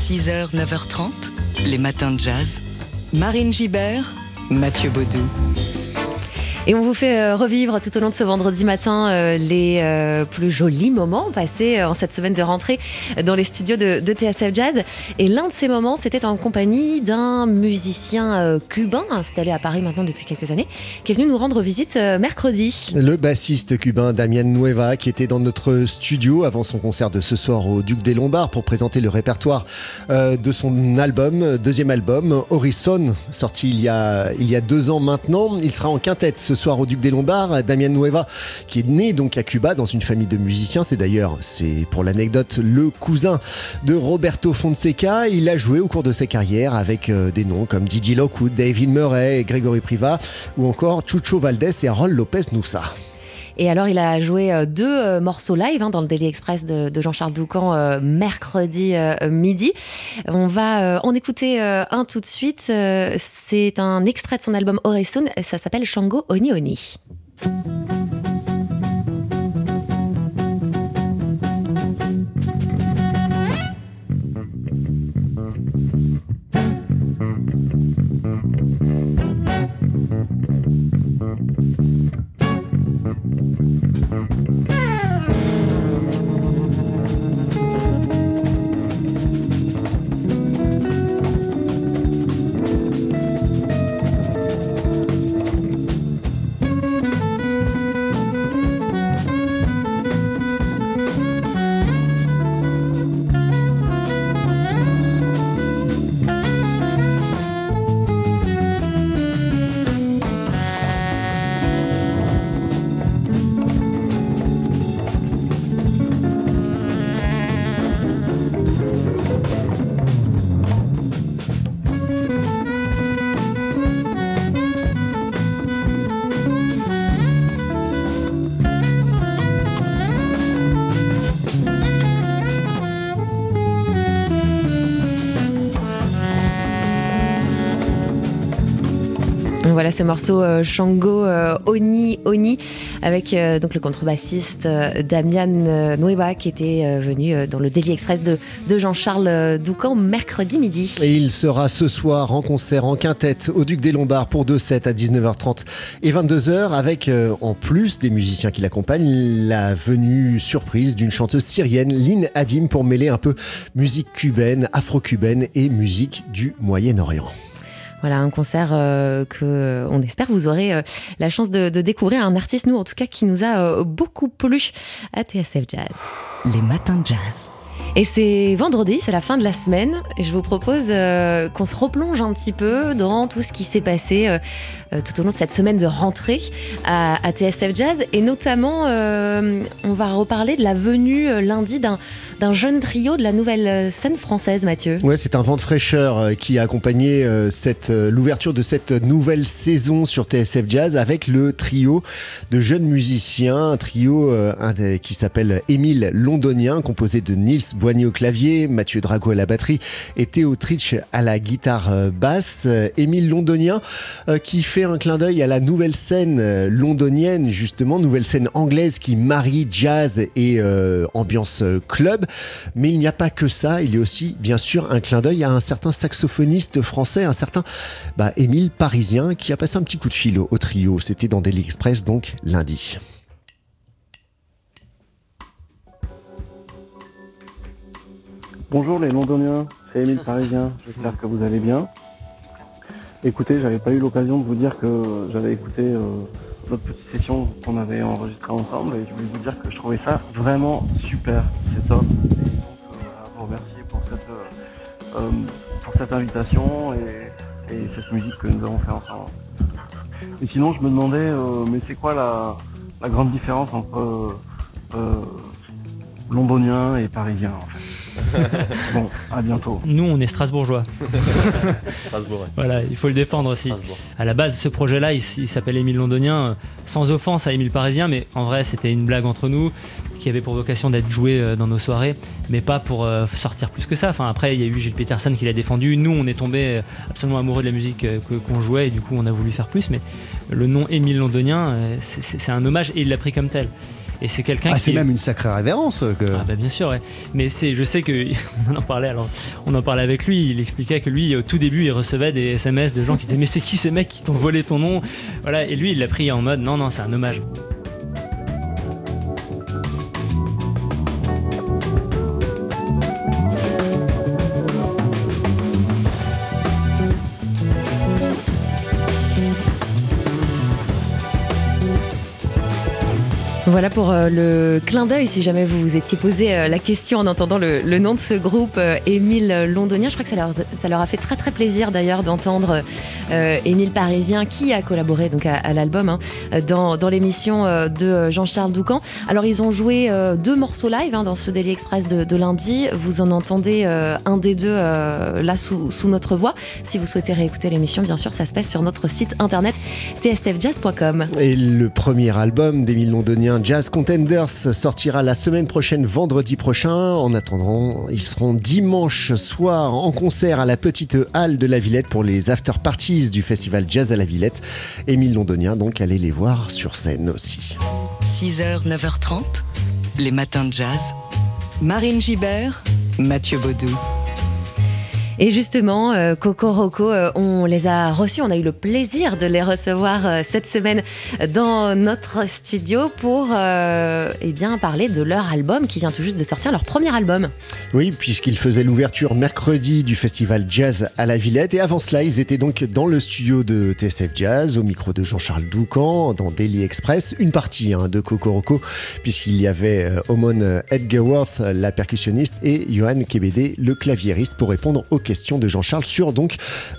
6h, 9h30, les matins de jazz. Marine Gibert, Mathieu Baudou. Et on vous fait revivre tout au long de ce vendredi matin les plus jolis moments passés en cette semaine de rentrée dans les studios de TSF Jazz. Et l'un de ces moments, c'était en compagnie d'un musicien cubain installé à Paris maintenant depuis quelques années, qui est venu nous rendre visite mercredi. Le bassiste cubain Damian Nueva, qui était dans notre studio avant son concert de ce soir au Duc des Lombards pour présenter le répertoire de son album, deuxième album, Horizon, sorti il y a 2 ans maintenant. Il sera en quintette ce soir au Duc des Lombards. Damian Nueva, qui est né donc à Cuba dans une famille de musiciens, c'est pour l'anecdote le cousin de Roberto Fonseca. Il a joué au cours de sa carrière avec des noms comme Didi Lockwood, David Murray, Grégory Priva ou encore Chucho Valdés et Harold Lopez Nussa. Et alors, il a joué 2 morceaux live dans le Daily Express de Jean-Charles Doucan mercredi midi. On va en écouter un tout de suite. C'est un extrait de son album Horizon. Ça s'appelle Shango Oni Oni. Voilà ce morceau Shango Oni Oni avec donc le contrebassiste Damian Nueva qui était venu dans le Daily Express de Jean-Charles Doucan mercredi midi. Et il sera ce soir en concert en quintette au Duc des Lombards pour 2 sets à 19h30 et 22h avec en plus des musiciens qui l'accompagnent la venue surprise d'une chanteuse syrienne, Lynn Hadim, pour mêler un peu musique cubaine, afro-cubaine et musique du Moyen-Orient. Voilà, un concert que on espère vous aurez la chance de découvrir, un artiste, nous en tout cas, qui nous a beaucoup plu à TSF Jazz. Les matins de jazz. Et c'est vendredi, c'est la fin de la semaine, et je vous propose qu'on se replonge un petit peu dans tout ce qui s'est passé tout au long de cette semaine de rentrée à TSF Jazz, et notamment on va reparler de la venue lundi d'un jeune trio de la nouvelle scène française, Mathieu. Ouais, c'est un vent de fraîcheur qui a accompagné l'ouverture de cette nouvelle saison sur TSF Jazz avec le trio de jeunes musiciens, un trio qui s'appelle Émile Londonien, composé de Nils Boigny au clavier, Mathieu Drago à la batterie et Théo Tritsch à la guitare basse. Émile Londonien qui fait un clin d'œil à la nouvelle scène londonienne, justement, nouvelle scène anglaise qui marie jazz et ambiance club. Mais il n'y a pas que ça, il y a aussi bien sûr un clin d'œil à un certain saxophoniste français, un certain Émile Parisien, qui a passé un petit coup de fil au trio. C'était dans Daily Express, donc lundi. Bonjour les Londoniens, c'est Émile Parisien, j'espère que vous allez bien. Écoutez, j'avais pas eu l'occasion de vous dire que j'avais écouté notre petite session qu'on avait enregistrée ensemble, et je voulais vous dire que je trouvais ça vraiment super, c'est top. Et donc vous remercier pour cette invitation et cette musique que nous avons fait ensemble. Et sinon je me demandais, mais c'est quoi la grande différence entre londonien et parisien en fait? Bon, à bientôt. Nous, on est strasbourgeois. Strasbourg, ouais. Voilà, il faut le défendre aussi. Strasbourg. À la base, ce projet-là, il s'appelle Émile Londonien, sans offense à Émile Parisien, mais en vrai, c'était une blague entre nous qui avait pour vocation d'être jouée dans nos soirées, mais pas pour sortir plus que ça. Enfin, après, il y a eu Gilles Peterson qui l'a défendu. Nous, on est tombés absolument amoureux de la musique qu'on jouait, et du coup, on a voulu faire plus. Mais le nom Émile Londonien, c'est un hommage, et il l'a pris comme tel. Et c'est quelqu'un c'est même une sacrée révérence. Ah bah bien sûr, ouais. Mais je sais que on en parlait avec lui. Il expliquait que lui, au tout début, il recevait des SMS de gens qui disaient mais c'est qui ces mecs qui t'ont volé ton nom, voilà. Et lui, il l'a pris en mode non, c'est un hommage. Voilà pour le clin d'œil, si jamais vous vous étiez posé la question en entendant le nom de ce groupe, Émile Londonien. Je crois que ça leur a fait très très plaisir d'ailleurs d'entendre Émile Parisien, qui a collaboré donc à l'album, dans l'émission de Jean-Charles Doucan. Alors ils ont joué 2 morceaux live dans ce Daily Express de lundi. Vous en entendez un des deux là sous notre voix. Si vous souhaitez réécouter l'émission, bien sûr, ça se passe sur notre site internet tsfjazz.com. Et le premier album d'Émile Londonien, Jazz Contenders, sortira la semaine prochaine, vendredi prochain. En attendant, ils seront dimanche soir en concert à la Petite Halle de la Villette pour les after parties du festival Jazz à la Villette. Émile Londonien, donc, allez les voir sur scène aussi. 6h, 9h30, les matins de jazz. Marine Gibert, Mathieu Baudou. Et justement, Cocoroco, on les a reçus, on a eu le plaisir de les recevoir cette semaine dans notre studio pour parler de leur album qui vient tout juste de sortir, leur premier album. Oui, puisqu'ils faisaient l'ouverture mercredi du festival Jazz à la Villette. Et avant cela, ils étaient donc dans le studio de TSF Jazz, au micro de Jean-Charles Doucan, dans Daily Express. Une partie de Cocoroco, puisqu'il y avait Omon Edgeworth, la percussionniste, et Johan Kebede, le claviériste, pour répondre aux questions de Jean-Charles sur donc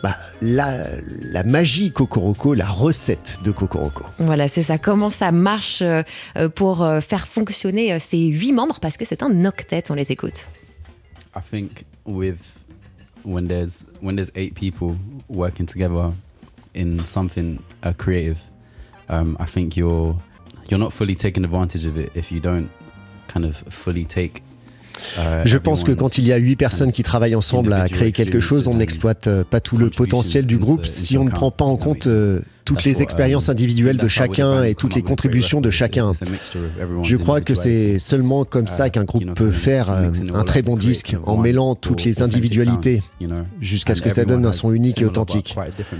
la magie Cocoroco, la recette de Cocoroco. Voilà, c'est ça. Comment ça marche pour faire fonctionner ces 8 membres, parce que c'est un octet. On les écoute. I think when there's 8 people working together in something creative, I think you're not fully taking advantage of it if you don't kind of fully take. Je pense que quand il y a 8 personnes qui travaillent ensemble à créer quelque chose, on n'exploite pas tout le potentiel du groupe si on ne prend pas en compte toutes les expériences individuelles de chacun et toutes les contributions de chacun. Je crois que c'est seulement comme ça qu'un groupe peut faire un très bon disque, en mêlant toutes les individualités jusqu'à ce que ça donne un son unique et authentique.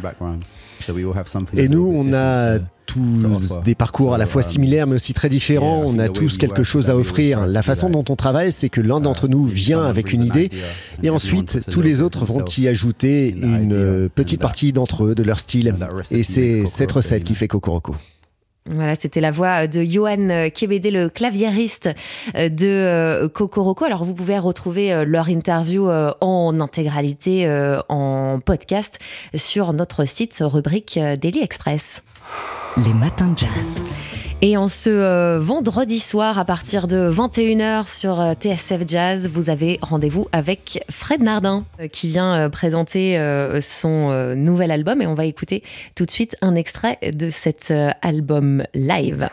Et nous, on a tous des parcours à la fois similaires mais aussi très différents. On a tous quelque chose à offrir. La façon dont on travaille, c'est que l'un d'entre nous vient avec une idée et ensuite tous les autres vont y ajouter une petite partie d'entre eux, de leur style. Et c'est cette recette qui fait Cocoroco. Voilà, c'était la voix de Johan Kebede, le claviériste de Cocoroco. Alors, vous pouvez retrouver leur interview en intégralité en podcast sur notre site rubrique Daily Express. Les matins de jazz. Et en ce vendredi soir, à partir de 21h sur TSF Jazz, vous avez rendez-vous avec Fred Nardin qui vient présenter son nouvel album. Et on va écouter tout de suite un extrait de cet album live.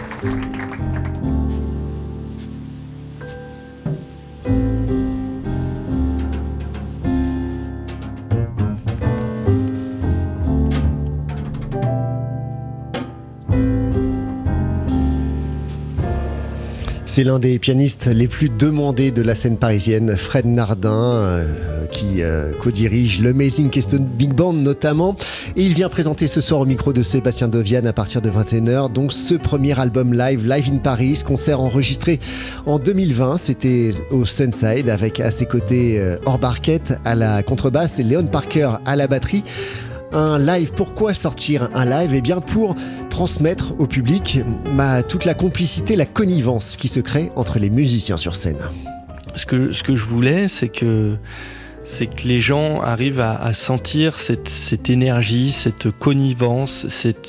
C'est l'un des pianistes les plus demandés de la scène parisienne, Fred Nardin, qui co-dirige l'Amazing Keystone Big Band notamment. Et il vient présenter ce soir au micro de Sébastien Dovian à partir de 21h. Donc ce premier album live in Paris, concert enregistré en 2020. C'était au Sunside avec à ses côtés Orb Arquette à la contrebasse et Léon Parker à la batterie. Un live, pourquoi sortir un live ? Eh bien pour transmettre au public toute la complicité, la connivence qui se crée entre les musiciens sur scène. Ce que je voulais, c'est que les gens arrivent à sentir cette énergie, cette connivence,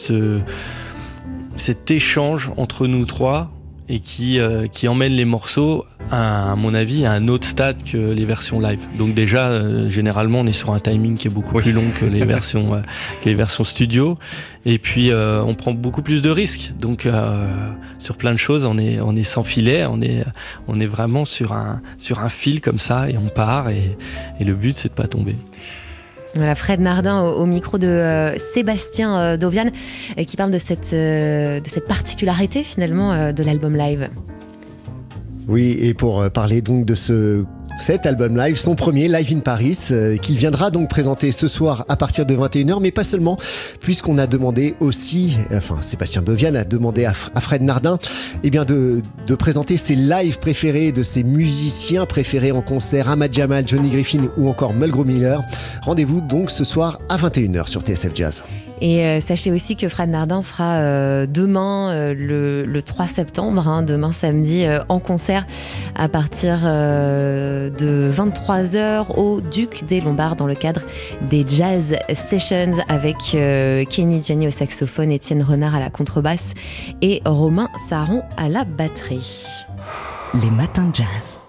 cet échange entre nous trois et qui emmène les morceaux à mon avis à un autre stade que les versions live. Donc déjà généralement on est sur un timing qui est beaucoup plus long que les versions studio, et puis on prend beaucoup plus de risques. Donc sur plein de choses on est sans filet, on est vraiment sur un fil comme ça et on part et le but c'est de pas tomber. Voilà, Fred Nardin au micro de Sébastien Dovian qui parle de cette particularité finalement de l'album live. Oui, et pour parler donc de cet album live, son premier Live in Paris, qu'il viendra donc présenter ce soir à partir de 21h, mais pas seulement, puisqu'on a demandé aussi, Sébastien Dovian a demandé à Fred Nardin de présenter ses lives préférés de ses musiciens préférés en concert, Ahmad Jamal, Johnny Griffin ou encore Mulgrew Miller. Rendez-vous donc ce soir à 21h sur TSF Jazz. Et sachez aussi que Fred Nardin sera demain, le 3 septembre, demain samedi, en concert à partir de 23h au Duc des Lombards dans le cadre des Jazz Sessions avec Kenny Gianni au saxophone, Étienne Renard à la contrebasse et Romain Saron à la batterie. Les matins de jazz.